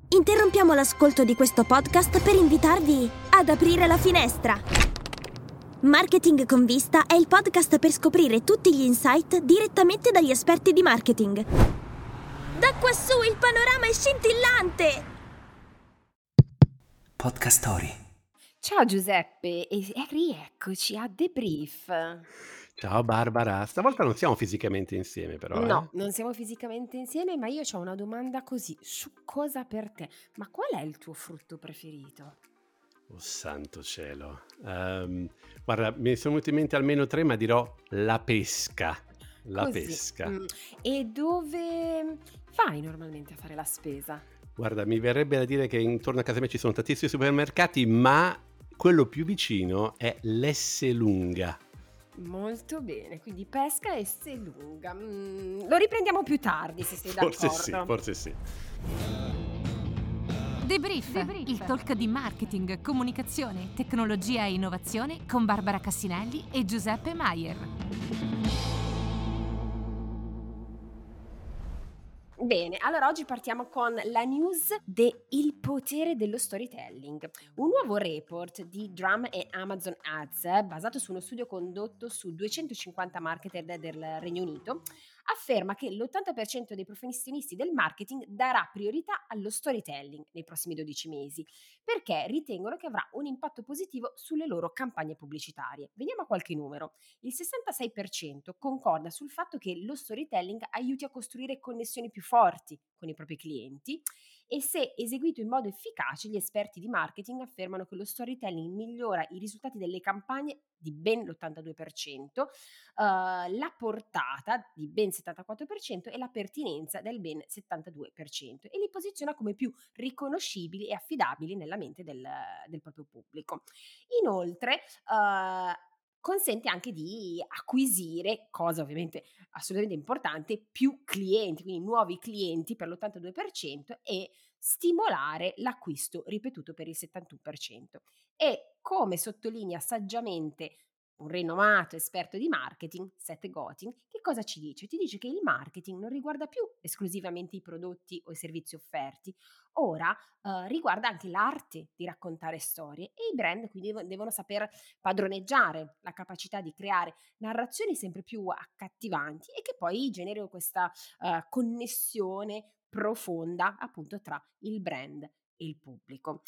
Interrompiamo l'ascolto di questo podcast per invitarvi ad aprire la finestra. Marketing con Vista è il podcast per scoprire tutti gli insight direttamente dagli esperti di marketing. Da quassù il panorama è scintillante! Podcast Story. Ciao Giuseppe e rieccoci a The Brief. Ciao Barbara, stavolta non siamo fisicamente insieme però, No, non siamo fisicamente insieme, ma io ho una domanda così, su cosa per te? Ma qual è il tuo frutto preferito? Oh santo cielo. Guarda, mi sono venuti in mente almeno 3, ma dirò la pesca. La Così. pesca. E dove vai normalmente a fare la spesa? Guarda, mi verrebbe da dire che intorno a casa mia ci sono tantissimi supermercati, ma quello più vicino è l'Esselunga. Molto bene, quindi pesca e Esselunga. Lo riprendiamo più tardi se sei d'accordo. Forse sì. The Brief, il talk di marketing, comunicazione, tecnologia e innovazione con Barbara Cassinelli e Giuseppe Maier. Bene, allora oggi partiamo con la news Il potere dello storytelling. Un nuovo report di Drum e Amazon Ads, basato su uno studio condotto su 250 marketer del Regno Unito, afferma che l'80% dei professionisti del marketing darà priorità allo storytelling nei prossimi 12 mesi, perché ritengono che avrà un impatto positivo sulle loro campagne pubblicitarie. Vediamo a qualche numero. Il 66% concorda sul fatto che lo storytelling aiuti a costruire connessioni più forti con i propri clienti e se eseguito in modo efficace gli esperti di marketing affermano che lo storytelling migliora i risultati delle campagne di ben l'82%, la portata di ben 74% e la pertinenza del ben 72% e li posiziona come più riconoscibili e affidabili nella mente del proprio pubblico. Inoltre, consente anche di acquisire, cosa ovviamente assolutamente importante, più clienti, quindi nuovi clienti per l'82% e stimolare l'acquisto ripetuto per il 71%. E come sottolinea saggiamente un rinomato esperto di marketing, Seth Godin, che cosa ci dice? Ti dice che il marketing non riguarda più esclusivamente i prodotti o i servizi offerti, ora riguarda anche l'arte di raccontare storie e i brand quindi devono saper padroneggiare la capacità di creare narrazioni sempre più accattivanti e che poi generino questa connessione profonda appunto tra il brand e il pubblico.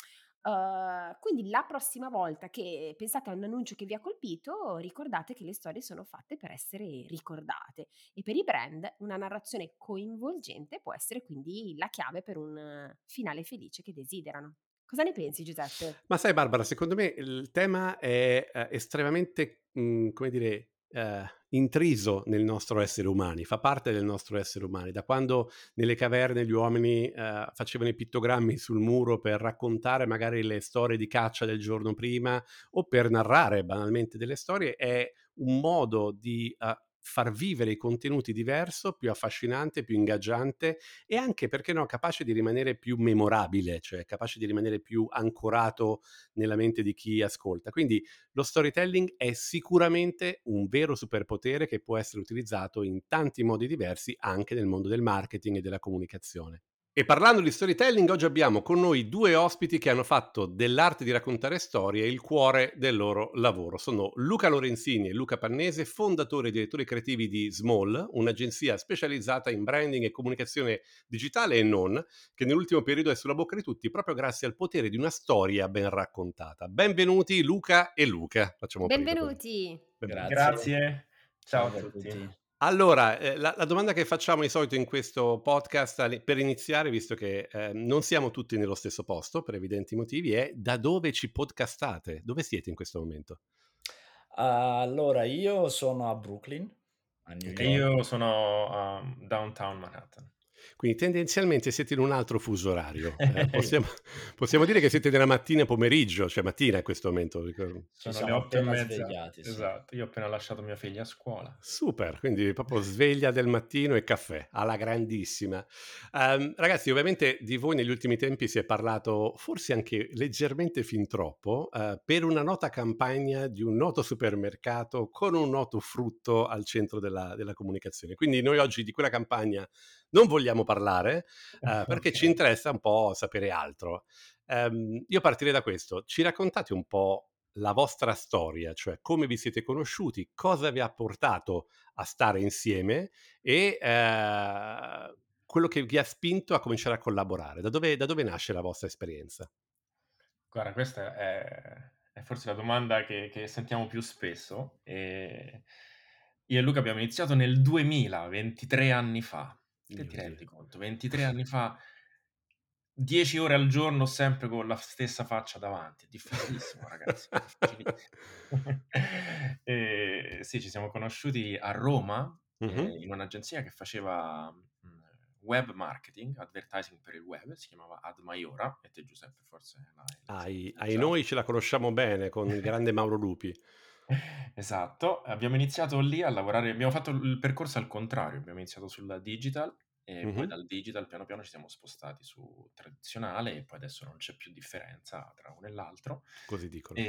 Quindi la prossima volta che pensate a un annuncio che vi ha colpito, ricordate che le storie sono fatte per essere ricordate e per i brand una narrazione coinvolgente può essere quindi la chiave per un finale felice che desiderano. Cosa ne pensi, Giuseppe? Ma sai Barbara, secondo me il tema è estremamente, come dire, intriso nel nostro essere umani, fa parte del nostro essere umani. Da quando nelle caverne gli uomini facevano i pittogrammi sul muro per raccontare magari le storie di caccia del giorno prima o per narrare banalmente delle storie, è un modo di far vivere i contenuti diverso, più affascinante, più ingaggiante e anche, perché no, capace di rimanere più memorabile, cioè capace di rimanere più ancorato nella mente di chi ascolta. Quindi lo storytelling è sicuramente un vero superpotere che può essere utilizzato in tanti modi diversi anche nel mondo del marketing e della comunicazione. E parlando di storytelling, oggi abbiamo con noi 2 ospiti che hanno fatto dell'arte di raccontare storie il cuore del loro lavoro. Sono Luca Lorenzini e Luca Pannese, fondatori e direttori creativi di Small, un'agenzia specializzata in branding e comunicazione digitale e non, che nell'ultimo periodo è sulla bocca di tutti proprio grazie al potere di una storia ben raccontata. Benvenuti Luca e Luca. Facciamo Benvenuti! Grazie. Ciao a tutti. Allora, la domanda che facciamo di solito in questo podcast per iniziare, visto che non siamo tutti nello stesso posto per evidenti motivi, è: da dove ci podcastate? Dove siete in questo momento? Allora, io sono a Brooklyn, a New Ok. York. Io sono a downtown Manhattan. Quindi tendenzialmente siete in un altro fuso orario. Possiamo dire che siete nella mattina pomeriggio, cioè mattina in questo momento. Ci Sono siamo le 8 e appena mezza. svegliati, sì. Esatto, io ho appena lasciato mia figlia a scuola. Super, quindi proprio sveglia del mattino e caffè, alla grandissima. Ragazzi, ovviamente di voi negli ultimi tempi si è parlato, forse anche leggermente fin troppo, per una nota campagna di un noto supermercato con un noto frutto al centro della comunicazione. Quindi noi oggi di quella campagna non vogliamo parlare, perché ci interessa un po' sapere altro. Io partirei da questo. Ci raccontate un po' la vostra storia, cioè come vi siete conosciuti, cosa vi ha portato a stare insieme e quello che vi ha spinto a cominciare a collaborare. Da dove nasce la vostra esperienza? Guarda, questa è forse la domanda che sentiamo più spesso. Io e Luca abbiamo iniziato nel 2000, 23 anni fa. Te Mio ti Dio. rendi conto? 23 anni fa, 10 ore al giorno, sempre con la stessa faccia davanti. È difficilissimo, ragazzi, difficilissimo. Sì, ci siamo conosciuti a Roma, Mhm. in un'agenzia che faceva web marketing, advertising per il web, si chiamava Ad Maiora, e te Giuseppe forse l'hai Ai assaggiato. noi ce la conosciamo bene con il grande Mauro Lupi. Esatto, abbiamo iniziato lì a lavorare, abbiamo fatto il percorso al contrario, abbiamo iniziato sulla digital e poi Mhm. dal digital piano piano ci siamo spostati su tradizionale e poi adesso non c'è più differenza tra uno e l'altro. Così dicono.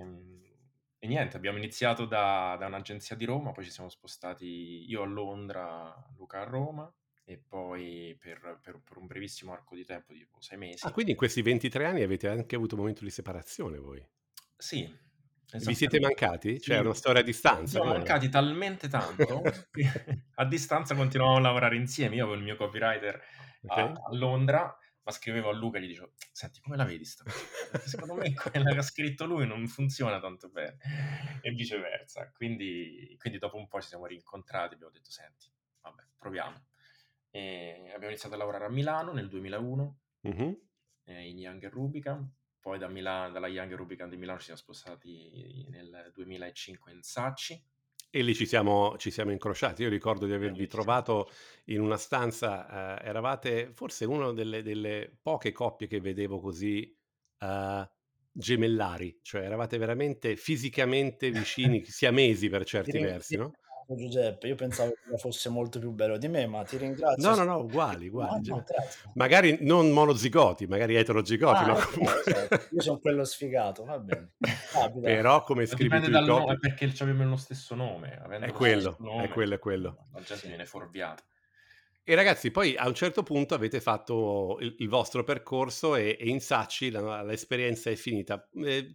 E niente, abbiamo iniziato da un'agenzia di Roma, poi ci siamo spostati io a Londra, Luca a Roma e poi per un brevissimo arco di tempo, tipo 6 Ah, mesi. quindi in questi 23 anni avete anche avuto un momento di separazione voi. Sì, Vi siete esattamente. mancati? Cioè, è Sì, una storia a ci distanza, siamo come no? mancati talmente tanto che a distanza continuavamo a lavorare insieme. Io avevo il mio copywriter a Ok? Londra, ma scrivevo a Luca e gli dicevo: "Senti, come la vedi 'sta cosa qua? Perché secondo me quella che ha scritto lui non funziona tanto bene", e viceversa. Quindi dopo un po' ci siamo rincontrati, abbiamo detto: "Senti, vabbè, proviamo". E abbiamo iniziato a lavorare a Milano nel 2001, Mhm. in Young& Rubicam, poi dalla Young& Rubicam di Milano ci siamo spostati nel 2005 in Sacci. E lì ci siamo incrociati. Io ricordo di E avervi lì ci siamo trovato incrociati. in una stanza, eravate forse una delle poche coppie che vedevo così gemellari, cioè eravate veramente fisicamente vicini, siamesi per Ti certi versi, no? ringrazio Giuseppe, io pensavo che fosse molto più bello di me, ma ti ringrazio No, no, se no, uguali, no, uguali. no, grazie. Magari non monozigoti, magari eterozigoti, ma Okay, comunque okay. Io son quello sfigato, va bene. Capita. però come Ma scrivi dipende tu i dal copy, perché c'avevamo lo stesso nome. è Avendo lo stesso quello, è nome, quello, è quello. la gente Sì. viene fuorviata. E ragazzi, poi a un certo punto avete fatto il vostro percorso e in Sacci l'esperienza è finita.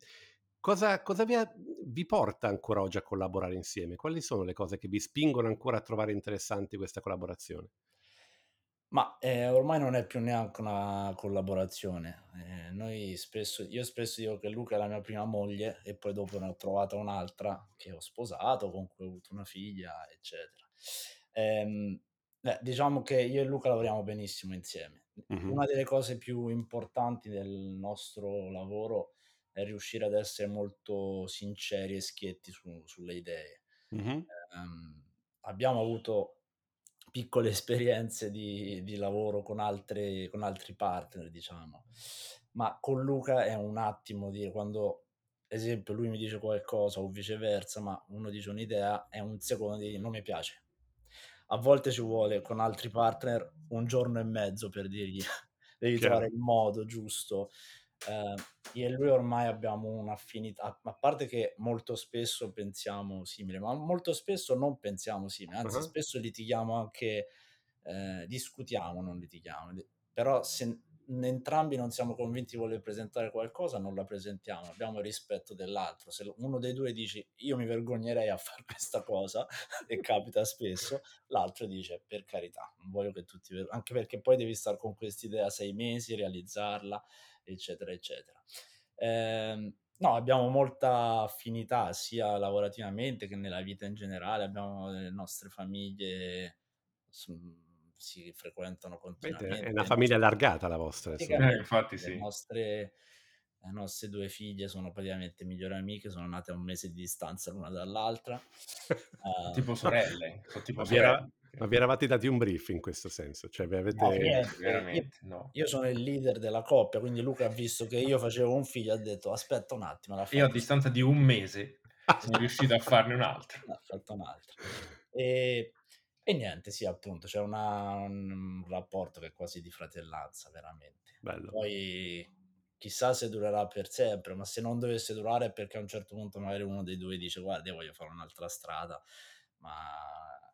Cosa vi porta ancora oggi a collaborare insieme? Quali sono le cose che vi spingono ancora a trovare interessante questa collaborazione? Ma, ormai non è più neanche una collaborazione. Io spesso dico che Luca è la mia prima moglie e poi dopo ne ho trovata un'altra che ho sposato, con cui ho avuto una figlia, eccetera. Ehm, diciamo che io e Luca lavoriamo benissimo insieme. Mh-mh, Una delle cose più importanti del nostro lavoro è riuscire ad essere molto sinceri e schietti sulle idee. mh-mh, Abbiamo avuto piccole esperienze di lavoro con altri partner, diciamo, ma con Luca è un attimo di quando, esempio, lui mi dice qualcosa o viceversa, ma uno dice un'idea, è un secondo di: "Non mi piace". A volte ci vuole con altri partner 1 giorno e mezzo per dirgli devi trovare chiaro. il modo giusto. Ehm, io e lui ormai abbiamo un'affinità, a parte che molto spesso pensiamo simile, ma molto spesso non pensiamo simile, anzi Ah-ah, spesso litighiamo anche, discutiamo, non litighiamo, però se entrambi non siamo convinti di voler presentare qualcosa, non la presentiamo, abbiamo rispetto dell'altro. Se uno dei 2 dici: "Io mi vergognerei a far questa cosa", e capita spesso, l'altro dice: "Per carità, non voglio che tu ti ver", anche perché poi devi star con quest'idea 6 mesi, realizzarla, eccetera, eccetera. No, abbiamo molta affinità sia lavorativamente che nella vita in generale, abbiamo le nostre famiglie, si frequentano vedete è continuamente, una famiglia allargata la vostra, insomma. praticamente Infatti le sì. nostre 2 figlie sono praticamente migliori amiche, sono nate a 1 mese di distanza l'una dall'altra. Tipo sorelle, so' Ma tipo vi era sorelle. ma vi eravate dati un brief in questo senso? Cioè vi No, avete niente, Veramente, no. io sono il leader della coppia, quindi Luca ha visto che io facevo un figlio, ha detto: "Aspetta un attimo, l'ha Io a fatto s". distanza di un mese sono riuscito a farne un altro. Ne ha fatto un'altra. Ehm, e niente, sì, appunto, c'è un rapporto che è quasi di fratellanza, veramente. bello. Poi chissà se durerà per sempre, ma se non dovesse durare è perché a un certo punto magari uno dei 2 dice: "Guarda, io voglio fare un'altra strada", ma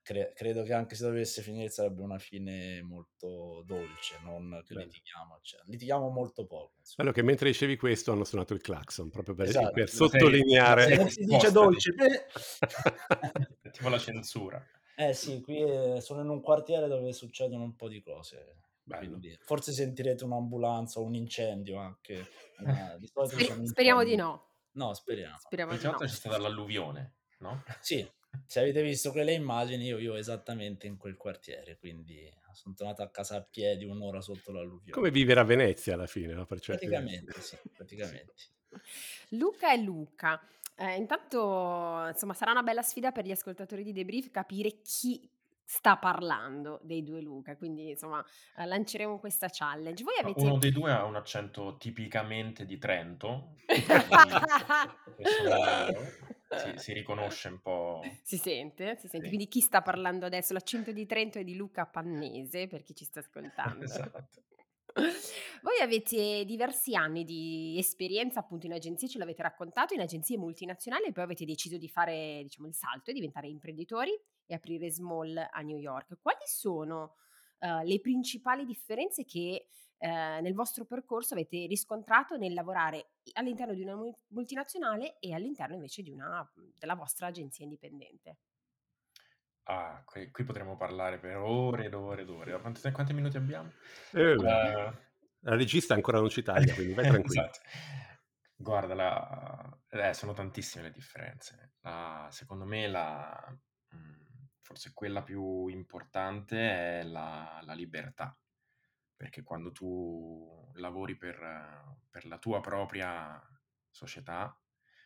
credo che anche se dovesse finire sarebbe una fine molto dolce, non che Bello. litighiamo, cioè, litighiamo molto poco, insomma. Bello che mentre dicevi questo hanno suonato il clacson, proprio Esatto. per La serie, la Se sottolineare. non serie si dice spostati. dolce, È tipo la censura. sì, qui sono in un quartiere dove succedono un po' di cose, Bello. quindi forse sentirete un'ambulanza o un incendio anche, di solito sono Speriamo di incendi. no. No, speriamo. Speriamo di L'ultima no. volta c'è stata l'alluvione, no? Sì, se avete visto quelle immagini io vivo esattamente in quel quartiere, quindi son tornato a casa a piedi 1 ora sotto l'alluvione. Come vivere a Venezia alla fine, no, per certi versi. Praticamente sì, Sì. praticamente. Luca e Luca. Intanto, insomma, sarà una bella sfida per gli ascoltatori di Debrief capire chi sta parlando dei 2 Luca, quindi insomma, lanceremo questa challenge. Voi Ma uno avete dei due ha un accento tipicamente di Trento, quindi che sono io. Si riconosce un po'. Si sente, si sente. Sì. Quindi chi sta parlando adesso? L'accento di Trento è di Luca Pannese, per chi ci sta ascoltando. Esatto. Voi avete diversi anni di esperienza appunto in agenzie, ce l'avete raccontato, in agenzie multinazionali e poi avete deciso di fare, diciamo, il salto e diventare imprenditori e aprire Small a New York. Quali sono le principali differenze che nel vostro percorso avete riscontrato nel lavorare all'interno di una multinazionale e all'interno invece di della vostra agenzia indipendente? Ah, qui potremmo parlare per ore ed ore ed ore. Quanti minuti abbiamo? Beh, la regista ancora non ci taglia, quindi vai tranquillo. Esatto. Guarda, sono tantissime le differenze. Secondo me forse quella più importante è la libertà, perché quando tu lavori per la tua propria società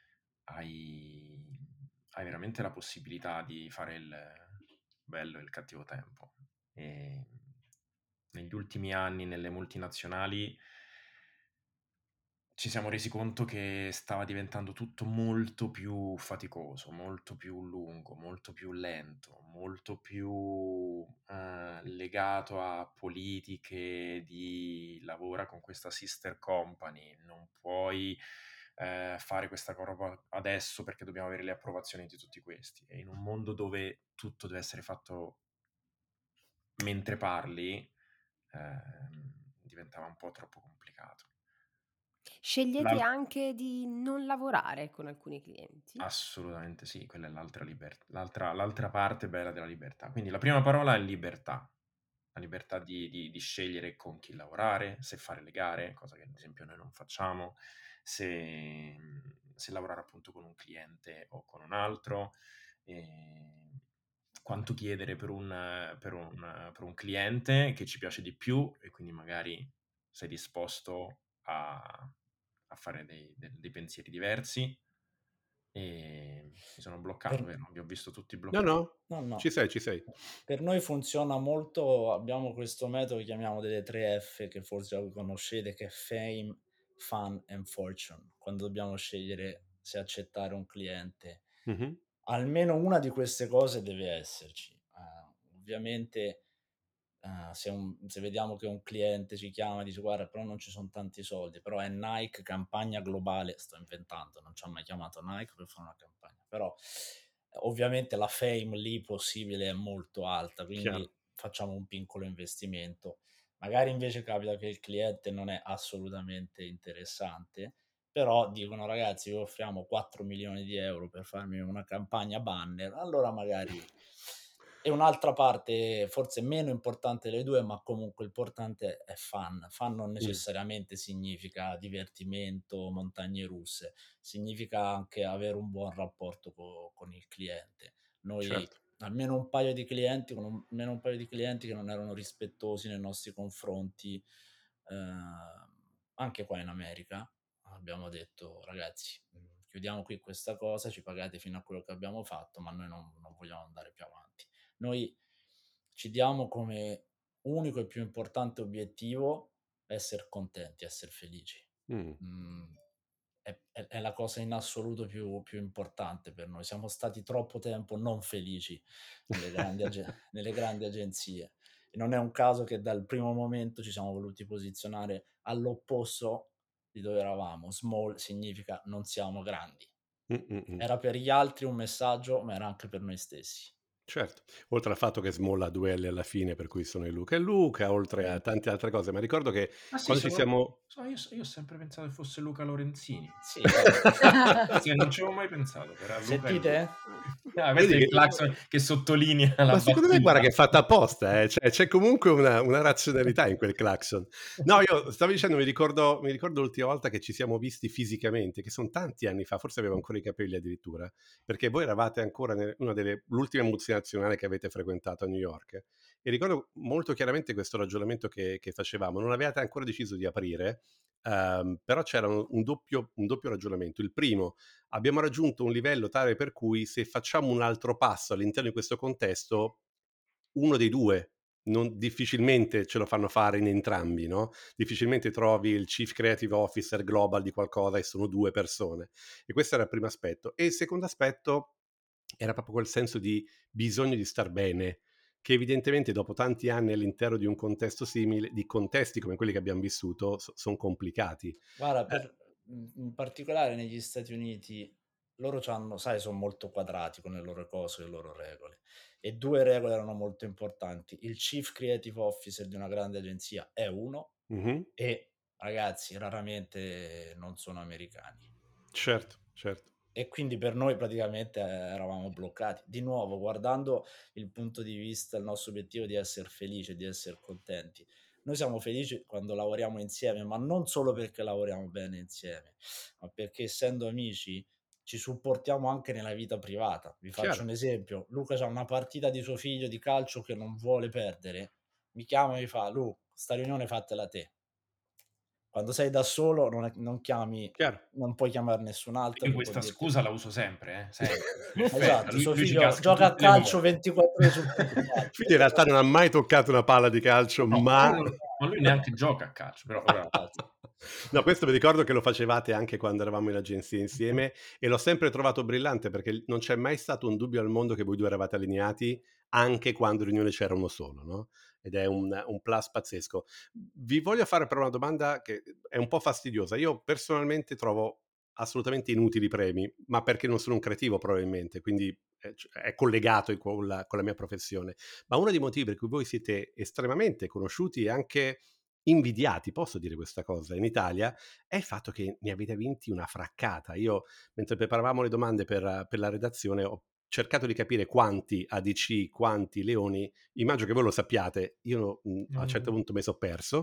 hai veramente la possibilità di fare il bello e il cattivo tempo. E negli ultimi anni nelle multinazionali ci siamo resi conto che stava diventando tutto molto più faticoso, molto più lungo, molto più lento, molto più legato a politiche di lavora con questa sister company, non puoi fare questa roba adesso perché dobbiamo avere le approvazioni di tutti questi. E in un mondo dove tutto deve essere fatto mentre parli, diventava un po' troppo complicato. Scegliete anche di non lavorare con alcuni clienti? Assolutamente sì, quella è l'altra parte bella della libertà. Quindi la prima parola è libertà, la libertà di scegliere con chi lavorare, se fare le gare, cosa che ad esempio noi non facciamo, se lavorare appunto con un cliente o con un altro, quanto chiedere per un cliente che ci piace di più e quindi magari sei disposto a fare dei pensieri diversi. E mi sono bloccato, Per vero? Vi ho visto tutti No, bloccati. no, No, no. ci sei, ci sei. Per noi funziona molto, abbiamo questo metodo che chiamiamo delle 3 F, che forse lo conoscete, che è Fame, Fun and Fortune. Quando dobbiamo scegliere se accettare un cliente, Mh-mh. almeno una di queste cose deve esserci. Ovviamente, se vediamo che un cliente ci chiama e dice: "Guarda, però non ci son tanti soldi", però è Nike, campagna globale, sto inventando, non ci han mai chiamato Nike per fare una campagna, però ovviamente la fame lì possibile è molto alta, Chiaro. quindi facciamo un piccolo investimento. Magari invece capita che il cliente non è assolutamente interessante, però dicono: "Ragazzi, vi offriamo 4.000.000 € per farmi una campagna banner", allora magari e un'altra parte, forse meno importante delle 2, ma comunque importante, è fun. Fun non Mh, necessariamente significa divertimento, montagne russe, significa anche avere un buon rapporto con il cliente. Noi certo. almeno un paio di clienti che non erano rispettosi nei nostri confronti, anche qua in America, abbiamo detto: "Ragazzi, chiudiamo qui questa cosa, ci pagate fino a quello che abbiamo fatto, ma noi non vogliamo andare più avanti." Noi ci diamo come unico e più importante obiettivo esser contenti, esser felici. Mh. Mhmm, è la cosa in assoluto più importante per noi. Siamo stati troppo tempo non felici nelle grandi agenzie e non è un caso che dal primo momento ci siamo voluti posizionare all'opposto di dove eravamo. Small significa non siamo grandi. Mh, mh, mh. Era per gli altri un messaggio, ma era anche per noi stessi. Certo, oltre al fatto che Small ha 2 L alla fine, per cui sono i Luca e Luca, oltre a tante altre cose, ma ricordo che Ah sì, quando ci siamo io ho sempre pensato che fosse Luca Lorenzini. Sì, vabbè. Sì, non ci avevo mai pensato, era Luca e Luca. Sentite? Ah, questo vedi è il che clacson che sottolinea la ma secondo me guarda battuta. che è fatta apposta, cioè c'è comunque una razionalità in quel clacson. No, io stavo dicendo, mi ricordo l'ultima volta che ci siamo visti fisicamente, che son tanti anni fa, forse avevo ancora i capelli addirittura, perché voi eravate ancora una delle l'ultima multinazionale che avete frequentato a New York, e ricordo molto chiaramente questo ragionamento che facevamo. Non avevate ancora deciso di aprire, però c'era un doppio ragionamento. Il primo: abbiamo raggiunto un livello tale per cui se facciamo un altro passo all'interno di questo contesto, uno dei due difficilmente ce lo fanno fare in entrambi, no? Difficilmente trovi il Chief Creative Officer global di qualcosa e sono 2 persone. E questo era il primo aspetto. E il secondo aspetto era proprio quel senso di bisogno di star bene, che evidentemente dopo tanti anni all'interno di un contesto simile, di contesti come quelli che abbiam vissuto, son complicati. Guarda, in particolare negli Stati Uniti, loro c'hanno, sai, son molto quadrati con le loro cose, le loro regole. E 2 regole erano molto importanti: il Chief Creative Officer di una grande agenzia è uno, Mh-mh. e ragazzi raramente non sono americani. Certo, certo. E quindi per noi praticamente eravamo bloccati. Di nuovo, guardando il punto di vista, il nostro obiettivo di esser felici, di esser contenti. Noi siamo felici quando lavoriamo insieme, ma non solo perché lavoriamo bene insieme, ma perché essendo amici ci supportiamo anche nella vita privata. Vi faccio Chiaro. un esempio: Luca c'ha una partita di suo figlio di calcio che non vuole perdere, mi chiama e mi fa: "Lu, sta riunione fatela te". Quando sei da solo non chiami, Chiaro. non puoi chiamare nessun altro Io che può questa dirti. scusa la uso sempre, sempre, perfetta. Esatto, suo Lui ci figlio casca gioca a tutte le calcio volte. 24 ore su 24. Quindi in realtà non ha mai toccato una palla di calcio, No, ma ma lui neanche gioca a calcio, però vabbè. Esatto. no, questo mi ricordo che lo facevate anche quando eravamo in agenzia insieme, e l'ho sempre trovato brillante, perché non c'è mai stato un dubbio al mondo che voi 2 eravate allineati, anche quando in riunione c'era uno solo, no, ed è un plus pazzesco. Vi voglio fare però una domanda che è un po' fastidiosa. Io personalmente trovo assolutamente inutili i premi, ma perché non sono un creativo probabilmente, quindi è collegato con la mia professione. Ma uno dei motivi per cui voi siete estremamente conosciuti e anche invidiati, posso dire questa cosa, in Italia, è il fatto che ne avete vinti una fraccata. Io, mentre preparavamo le domande per la redazione, ho cercato di capire quanti ADC, quanti Leoni. Immagino che voi lo sappiate, io a un certo Non punto mi sono perso.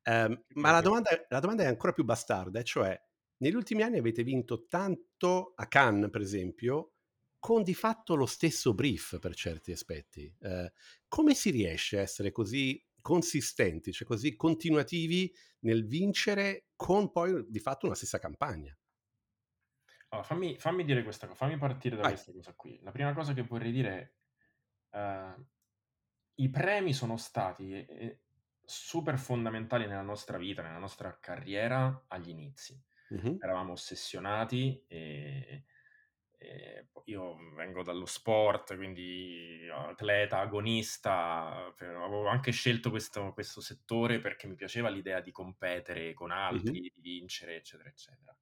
Ma la figurati. domanda è ancora più bastarda, e cioè, negli ultimi anni avete vinto tanto a Cannes, per esempio, con di fatto lo stesso brief per certi aspetti. Come si riesce a essere così consistenti, cioè così continuativi nel vincere con poi di fatto una stessa campagna? Allora, fammi dire questa cosa, fammi partire da Vai. questa cosa qui. La prima cosa che vorrei dire è, i premi sono stati super fondamentali nella nostra vita, nella nostra carriera agli inizi. Mh-mh. Eravamo ossessionati io vengo dallo sport, quindi atleta, agonista, avevo anche scelto questo settore perché mi piaceva l'idea di competere con Mh-mh. altri, di vincere, eccetera, eccetera.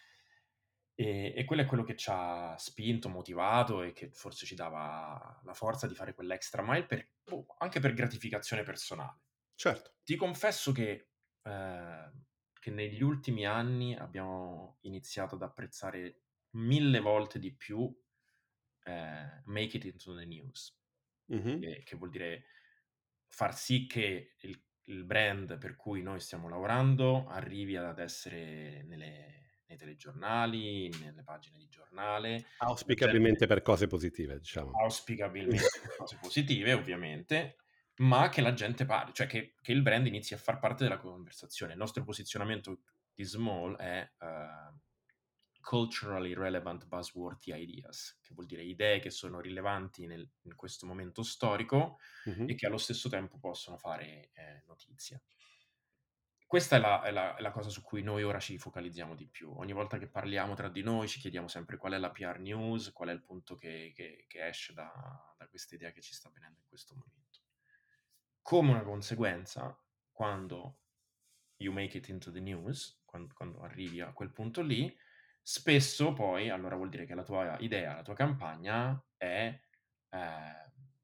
E quello è quello che ci ha spinto, motivato e che forse ci dava la forza di fare quell'extra mile anche per gratificazione personale. Certo. Ti confesso che negli ultimi anni abbiamo iniziato ad apprezzare 1000 volte di più Make it into the news, Mh-mh. che vuol dire far sì che il brand per cui noi stiamo lavorando arrivi ad essere nei telegiornali, nelle pagine di giornale. La gente Auspicabilmente per cose positive, diciamo. auspicabilmente per cose positive, ovviamente, ma che la gente parli, cioè che il brand inizi a far parte della conversazione. Il nostro posizionamento di Small è culturally relevant buzzworthy ideas, che vuol dire idee che sono rilevanti in questo momento storico Mh-mh. e che allo stesso tempo possono fare notizia. Questa è la cosa su cui noi ora ci focalizziamo di più. Ogni volta che parliamo tra di noi ci chiediamo sempre qual è la PR news, qual è il punto che esce da questa idea che ci sta avvenendo in questo momento. Come una conseguenza, quando you make it into the news, quando arrivi a quel punto lì, spesso poi allora vuol dire che la tua idea, la tua campagna è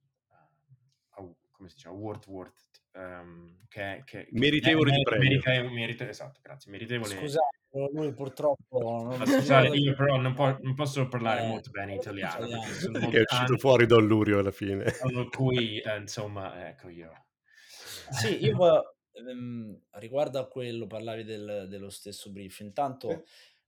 come si dice, award che Meritevoli di premio. esatto, grazie, meritevole. Scusate, lui purtroppo non Scusate, si io però non ricorda. posso parlare molto bene italiano, Italiano. perché sono Che è molti uscito anni fuori Don Lurio alla fine. con cui, insomma, ecco io. Sì, io poi, riguardo a quello parlavi dello stesso brief. Intanto,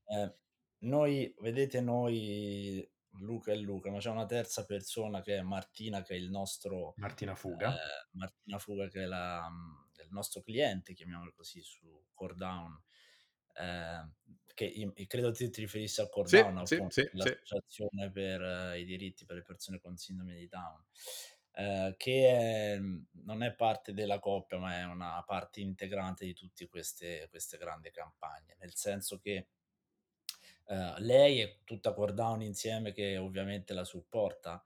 vedete noi, Luca e Luca, ma c'è una terza persona che è Martina, che è il nostro Martina Fuga. Martina Fuga, che è il nostro cliente, chiamiamolo così, su Core Down, che credo ti riferissi a Core Sì, Down, sì, appunto, sì, sì. l'associazione per i diritti per le persone con sindrome di Down, che non è parte della coppia, ma è una parte integrante di tutte queste grandi campagne, nel senso che lei e tutta Core Down insieme, che ovviamente la supporta,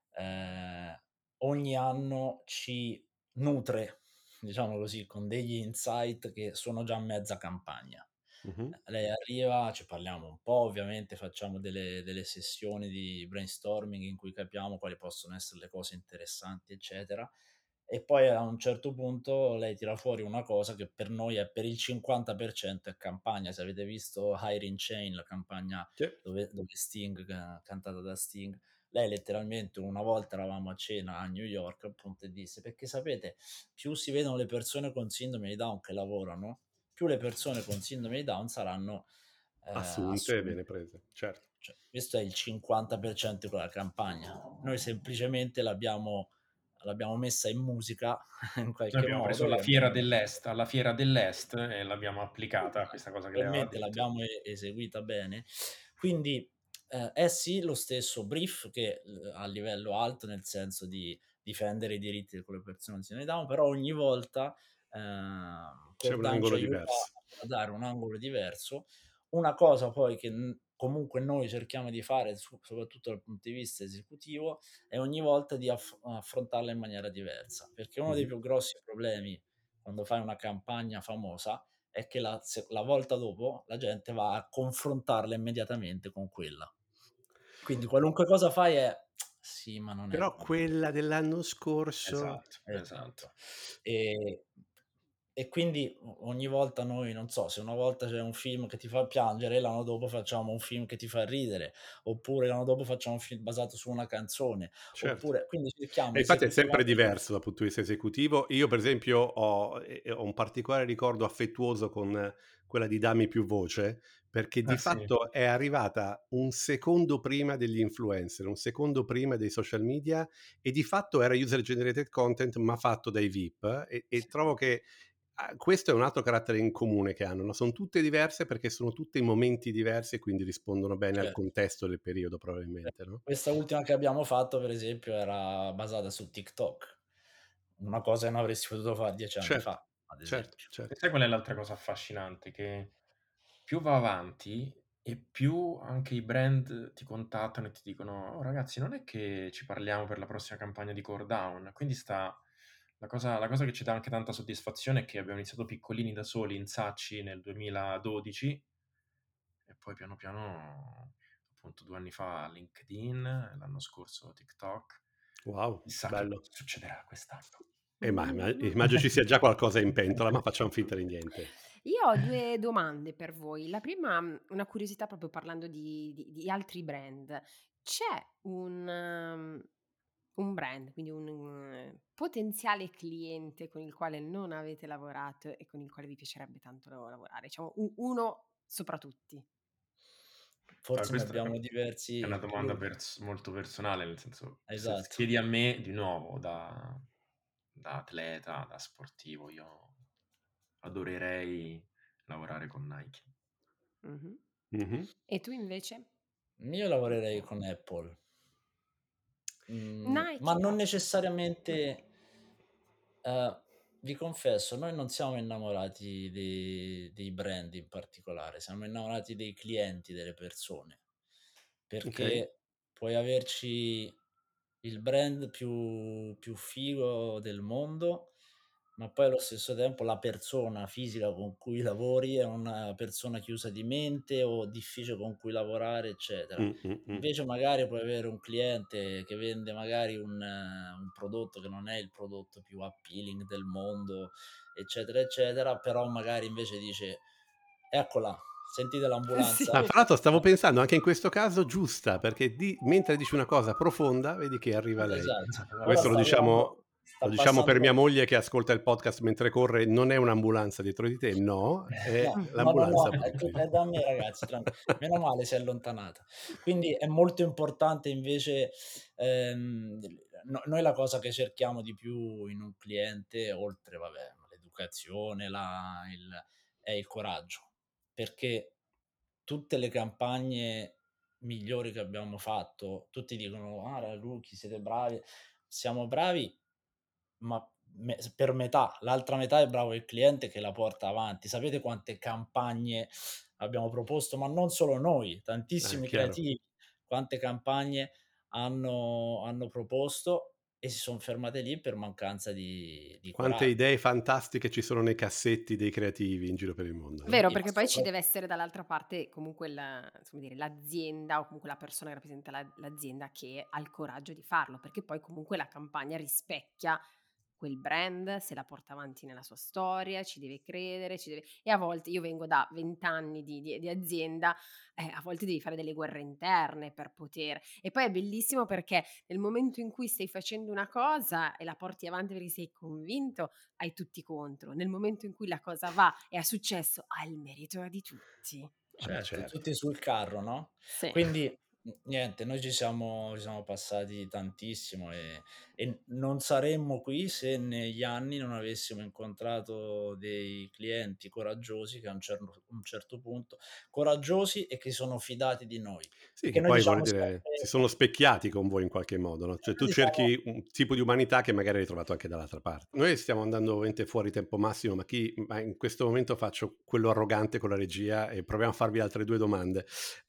ogni anno ci nutre, diciamo così, con degli insight che sono già mezza campagna. Lei arriva, ci parliamo un po', ovviamente facciamo delle sessioni di brainstorming in cui capiamo quali possono essere le cose interessanti, eccetera. E poi a un certo punto lei tira fuori una cosa che per noi è per il 50% è campagna. Se avete visto Higher in Chain, la campagna Sì. dove Sting, cantata da Sting, lei letteralmente una volta eravamo a cena a New York, appunto, e disse: perché sapete, più si vedono le persone con sindrome di Down che lavorano, più le persone con sindrome di Down saranno Assunte e bene assunte. prese, certo. Cioè, questo è il 50% di quella campagna. Noi semplicemente l'abbiamo messa in musica in Noi qualche abbiamo preso modo. la fiera dell'Est, alla fiera dell'Est, e l'abbiamo applicata a questa cosa che lei aveva Probabilmente detto. l'abbiamo eseguita bene. Quindi è sì lo stesso brief che a livello alto, nel senso di difendere i diritti di quelle persone con sindrome di Down, però ogni volta C'è Core un Down ci angolo aiuta diverso. a dare un angolo diverso. Una cosa poi che comunque noi cerchiamo di fare, soprattutto dal punto di vista esecutivo, è ogni volta di affrontarla in maniera diversa, perché uno dei più grossi problemi quando fai una campagna famosa è che la volta dopo la gente va a confrontarla immediatamente con quella. Quindi qualunque cosa fai è: "Sì, ma non è Però come quella". quella dell'anno scorso Esatto. E quindi ogni volta noi, non so, se una volta c'è un film che ti fa piangere, l'anno dopo facciamo un film che ti fa ridere, oppure l'anno dopo facciamo un film basato su una canzone, certo. oppure quindi cerchiamo E infatti è sempre esecutivamente. diverso dal punto di vista esecutivo. Io per esempio ho un particolare ricordo affettuoso con quella di Dammi più voce, perché di Ah sì? fatto è arrivata un secondo prima degli influencer, un secondo prima dei social media, e di fatto era user generated content ma fatto dai VIP, e trovo che questo è un altro carattere in comune che hanno, no? Sono tutte diverse perché sono tutte in momenti diversi e quindi rispondono bene al Certo. contesto del periodo probabilmente, no? Questa ultima che abbiamo fatto, per esempio, era basata su TikTok, una cosa che non avresti potuto fare 10 anni Certo, fa, ad certo, esempio. E certo. sai qual è l'altra cosa affascinante? Che più va avanti e più anche i brand ti contattano e ti dicono: "Oh ragazzi, non è che ci parliamo per la prossima campagna di Core Down?" Quindi la cosa che ci dà anche tanta soddisfazione è che abbiamo iniziato piccolini da soli in Sacci nel 2012 e poi piano piano, appunto 2 anni fa LinkedIn, l'anno scorso TikTok. Wow, Chissà che bello. cosa succederà quest'anno. Immagino ci sia già qualcosa in pentola, ma facciamo finta di niente. Io ho 2 domande per voi. La prima, una curiosità proprio parlando di altri brand. C'è un brand, quindi un potenziale cliente con il quale non avete lavorato e con il quale vi piacerebbe tanto lavorare? Diciamo uno sopra tutti. Forse ne Questa abbiamo è una diversi. domanda molto personale, nel senso, se Esatto. chiedi a me di nuovo da atleta, da sportivo, io adorerei lavorare con Nike. Mh-mh. Mhm. E tu invece? Io lavorerei con Apple. Ma Nike non Apple. necessariamente. Vi confesso, noi non siamo innamorati dei brand in particolare, siamo innamorati dei clienti, delle persone, Ok. perché puoi averci il brand più figo del mondo, ma poi allo stesso tempo la persona fisica con cui lavori è una persona chiusa di mente o difficile con cui lavorare, eccetera. Mh, mh, mh. Invece magari puoi avere un cliente che vende magari un prodotto che non è il prodotto più appealing del mondo, eccetera, eccetera, però magari invece dice: "Eccola, sentite Sì. l'ambulanza?" Ma fra l'altro stavo pensando anche in questo caso giusta, perché mentre dici una cosa profonda, vedi che arriva lei. Esatto. Ora Questo sta arrivando, lo sta diciamo per mia passando. moglie che ascolta il podcast mentre corre, non è un'ambulanza dietro di te, no, è No, no, no, l'ambulanza no, è Brooklyn. è da me ragazzi, meno male si è allontanata. Quindi è molto importante invece, noi la cosa che cerchiamo di più in un cliente, oltre vabbè, l'educazione, è il coraggio, perché tutte le campagne migliori che abbiamo fatto, tutti dicono: "Ah, rookie siete bravi". Siamo bravi, ma per metà, l'altra metà è bravo il cliente che la porta avanti. Sapete quante campagne abbiamo proposto? Ma non solo noi, tantissimi Chiaro. creativi, quante campagne hanno proposto e si son fermate lì per mancanza di Quante coraggio. idee fantastiche ci sono nei cassetti dei creativi in giro per il mondo, no? Vero, Sì, perché poi ci deve essere dall'altra parte comunque come dire, l'azienda o comunque la persona che rappresenta l'azienda che ha il coraggio di farlo, perché poi comunque la campagna rispecchia quel brand, se la porta avanti nella sua storia, ci deve credere, e a volte io vengo da 20 anni di azienda, a volte devi fare delle guerre interne per poter e poi è bellissimo perché nel momento in cui stai facendo una cosa e la porti avanti perché sei convinto, hai tutti contro. Nel momento in cui la cosa va e ha successo, hai il merito di tutti. Vabbè, Certo, certo. tutti sul carro, no, Sì. quindi, niente, noi ci siamo passati tantissimo e non saremmo qui se negli anni non avessimo incontrato dei clienti coraggiosi che a un certo punto coraggiosi e che sono fidati di noi. Sì, Perché che noi poi voglio diciamo dire, si sempre sono specchiati con voi in qualche modo, no, cioè noi tu diciamo cerchi un tipo di umanità che magari hai trovato anche dall'altra parte. Noi stiamo andando ovviamente fuori tempo massimo, ma in questo momento faccio quello arrogante con la regia e proviamo a farvi altre 2 domande.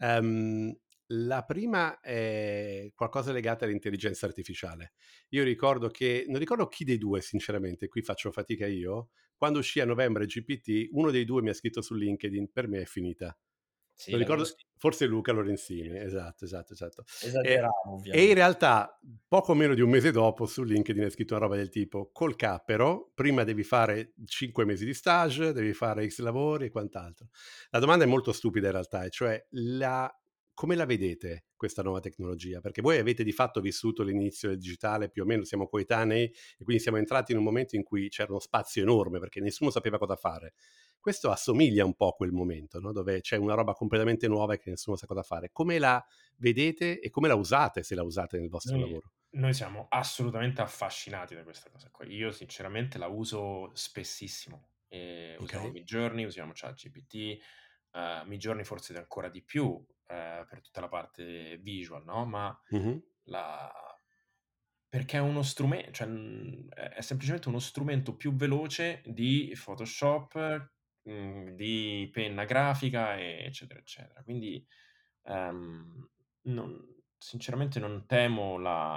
La prima è qualcosa legata all'intelligenza artificiale. Io ricordo che non ricordo chi dei 2 sinceramente, qui faccio fatica io, quando uscì a novembre GPT, uno dei 2 mi ha scritto su LinkedIn: "Per me è finita". sì, Lo l'avevo ricordo, scritto forse Luca io. Lorenzini, esatto, esatto, esatto. Esageravo E in ovviamente. realtà poco meno di un mese dopo su LinkedIn è scritto una roba del tipo: "Col cappero, prima devi fare 5 mesi di stage, devi fare X lavori e quant'altro". La domanda è molto stupida in realtà, e cioè come la vedete questa nuova tecnologia? Perché voi avete di fatto vissuto l'inizio del digitale, più o meno siamo coetanei, e quindi siamo entrati in un momento in cui c'era uno spazio enorme perché nessuno sapeva cosa fare. Questo assomiglia un po' a quel momento, no? Dove c'è una roba completamente nuova e che nessuno sa cosa fare. Come la vedete e come la usate, se la usate nel vostro Noi, lavoro? noi siamo assolutamente affascinati da questa cosa qua. Io sinceramente la uso spessissimo. Ok? Usiamo Midjourney, usiamo ChatGPT, Midjourney forse ancora di più per tutta la parte visual, no? Ma Mhm. la... perché è uno strumento, cioè è semplicemente uno strumento più veloce di Photoshop, di penna grafica, eccetera, eccetera. Quindi sinceramente non temo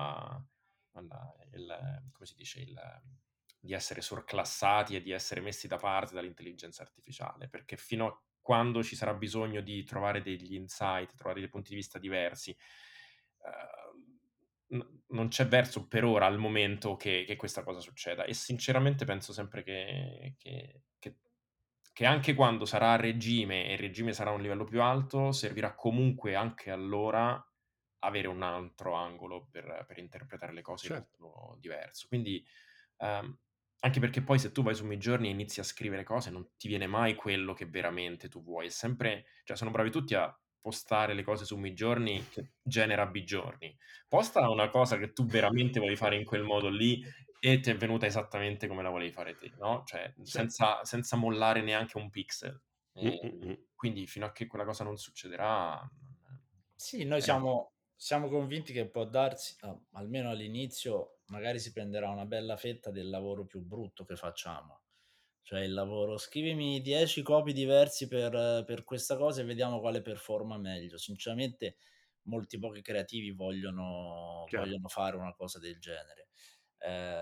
come si dice, di essere surclassati e di essere messi da parte dall'intelligenza artificiale, perché fino a quando ci sarà bisogno di trovare degli insight, trovare dei punti di vista diversi, non c'è verso per ora, al momento, che questa cosa succeda. E sinceramente penso sempre che anche quando sarà a regime e il regime sarà a un livello più alto, servirà comunque anche allora avere un altro angolo per interpretare le cose in Certo, modo diverso. Quindi, ehm, anche perché poi se tu vai su Midjourney e inizi a scrivere cose, non ti viene mai quello che veramente tu vuoi. È sempre, cioè sono bravi tutti a postare le cose su Midjourney che genera Bigiorni. Posta una cosa che tu veramente vuoi fare in quel modo lì e ti è venuta esattamente come la volevi fare te, no? Cioè, certo. senza mollare neanche un pixel. Mm, mm, mm. Quindi fino a che quella cosa non succederà, Sì, noi eh, siamo convinti che può darsi, almeno all'inizio, magari si prenderà una bella fetta del lavoro più brutto che facciamo. Cioè il lavoro: "Scrivimi 10 copy diversi per questa cosa e vediamo quale performa meglio." Sinceramente pochi creativi vogliono Chiaro. fare una cosa del genere. Ehm,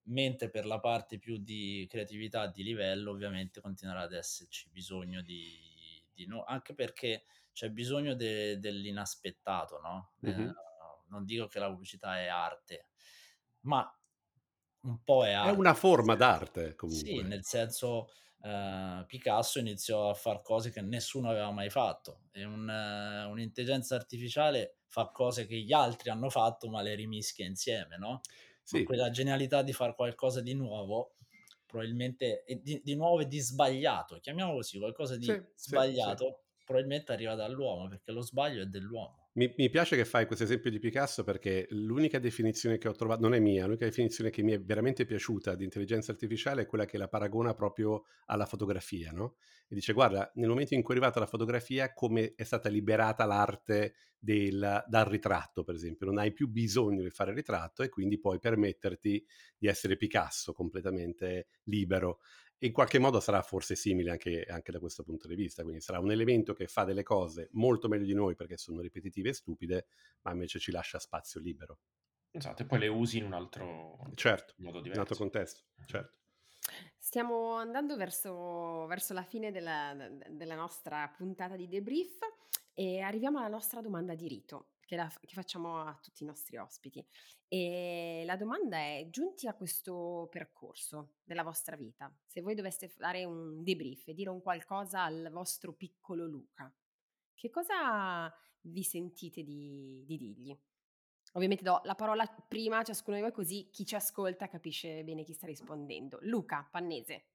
mentre per la parte più di creatività di livello ovviamente continuerà ad esserci bisogno anche perché c'è bisogno dell'inaspettato, no? Mhm. Non dico che la pubblicità è arte, ma un po' è È arte. una forma d'arte Sì, comunque. nel senso, Picasso iniziò a far cose che nessuno aveva mai fatto e un'intelligenza artificiale fa cose che gli altri hanno fatto, ma le rimischia insieme, no, ma Sì, quella genialità di far qualcosa di nuovo, probabilmente e di nuovo e di sbagliato, chiamiamolo così, qualcosa sì, di sì, sì. sbagliato, probabilmente arriva dall'uomo, perché lo sbaglio è dell'uomo. Mi piace che fai questo esempio di Picasso perché l'unica definizione che ho trovato, non è mia, l'unica definizione che mi è veramente piaciuta di intelligenza artificiale è quella che la paragona proprio alla fotografia, no? E dice, guarda, nel momento in cui è arrivata la fotografia, come è stata liberata l'arte dal ritratto, per esempio. Non hai più bisogno di fare il ritratto e quindi puoi permetterti di essere Picasso completamente libero. In qualche modo sarà forse simile anche da questo punto di vista, quindi sarà un elemento che fa delle cose molto meglio di noi perché sono ripetitive e stupide, ma invece ci lascia spazio libero. Esatto, e poi le usi in un altro Certo, modo in altro diverso. contesto, certo. Stiamo andando verso la fine della nostra puntata di debrief e arriviamo alla nostra domanda di rito che facciamo a tutti i nostri ospiti. E la domanda è: giunti a questo percorso della vostra vita, se voi doveste fare un debrief e dire un qualcosa al vostro piccolo Luca, che cosa vi sentite di dirgli? Ovviamente do la parola prima a ciascuno di voi così chi ci ascolta capisce bene chi sta rispondendo. Luca Pannese.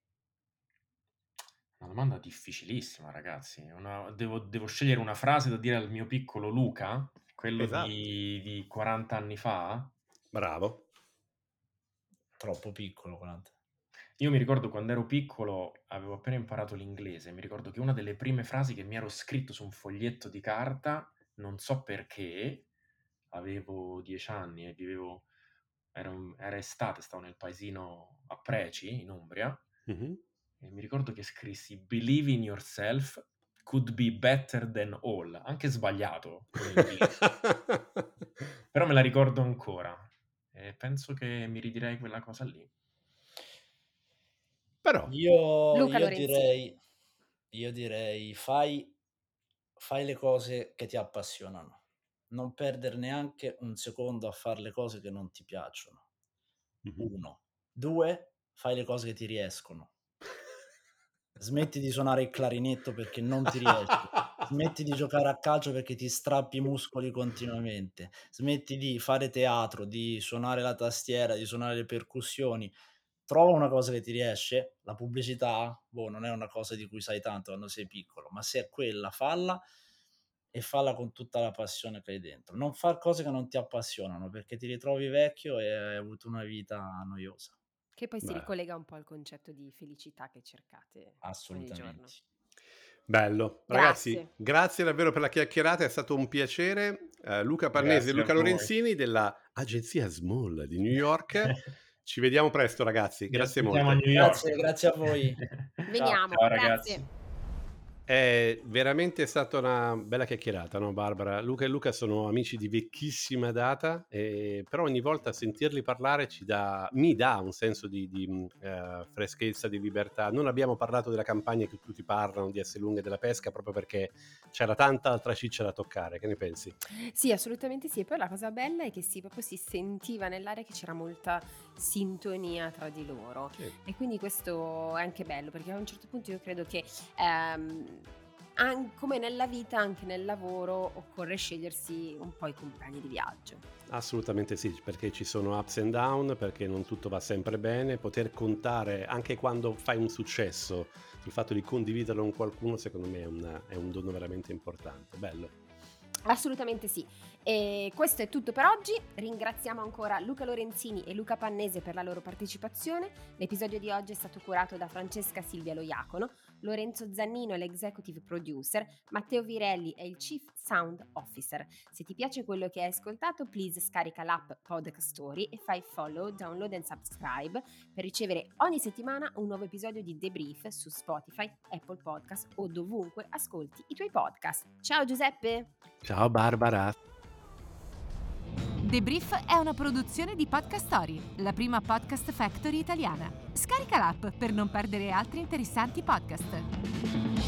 Una domanda difficilissima, ragazzi. Devo scegliere una frase da dire al mio piccolo Luca, quello Esatto, di 40 anni fa. bravo. Troppo piccolo, guarda. Io mi ricordo quando ero piccolo, avevo appena imparato l'inglese, mi ricordo che una delle prime frasi che mi ero scritto su un foglietto di carta, non so perché, avevo 10 anni e era estate, stavo nel paesino a Preci, in Umbria, Mhm. e mi ricordo che scrissi "Believe in yourself could be better than all", anche sbagliato con l'inglese, però me la ricordo ancora e penso che mi ridirei quella cosa lì. Però, Io Luca io Lorenzini. direi io direi fai le cose che ti appassionano. Non perder neanche un secondo a far le cose che non ti piacciono. mhm. 1. 2. Fai le cose che ti riescono. Smetti di suonare il clarinetto perché non ti riesce. Smetti di giocare a calcio perché ti strappi i muscoli continuamente. Smetti di fare teatro, di suonare la tastiera, di suonare le percussioni. Trova una cosa che ti riesce. La pubblicità, boh, non è una cosa di cui sai tanto quando sei piccolo, ma se è quella, falla e falla con tutta la passione che hai dentro. Non far cose che non ti appassionano perché ti ritrovi vecchio e hai avuto una vita noiosa. Che poi si Beh, ricollega un po' al concetto di felicità che cercate ogni giorno. Assolutamente. bello. Ragazzi, Grazie. grazie davvero per la chiacchierata, è stato un piacere. Luca Pannesi e Grazie a Luca voi. Lorenzini della agenzia Small di New York. Ci vediamo presto, ragazzi. Vi Grazie aspettiamo a molte. New York. Grazie a voi. Ciao. Veniamo, Ciao grazie. ragazzi. È veramente stata una bella chiacchierata, no, Barbara? Luca e Luca sono amici di vecchissima data, però ogni volta sentirli parlare mi dà un senso di freschezza, di libertà. Non abbiamo parlato della campagna che tutti parlano, di Esselunga e della pesca, proprio perché c'era tanta altra ciccia da toccare. Che ne pensi? Sì, assolutamente sì. E poi la cosa bella è che proprio si sentiva nell'aria che c'era molta sintonia tra di loro. Sì. E quindi questo è anche bello, perché a un certo punto io credo che come nella vita, anche nel lavoro, occorre scegliersi un po' i compagni di viaggio. Assolutamente sì, perché ci sono ups and down, perché non tutto va sempre bene, poter contare anche quando fai un successo, sul fatto di condividerlo con qualcuno, secondo me è un dono veramente importante, bello. Assolutamente sì. E questo è tutto per oggi. Ringraziamo ancora Luca Lorenzini e Luca Pannese per la loro partecipazione. L'episodio di oggi è stato curato da Francesca Silvia Loiacono, Lorenzo Zannino è l'executive producer, Matteo Virelli è il chief sound officer. Se ti piace quello che hai ascoltato, please scarica l'app Podcast Story e fai follow, download and subscribe per ricevere ogni settimana un nuovo episodio di Debrief su Spotify, Apple Podcast o dovunque ascolti i tuoi podcast. Ciao Giuseppe! Ciao Barbara! The Brief è una produzione di Podcast Story, la prima podcast factory italiana. Scarica l'app per non perdere altri interessanti podcast.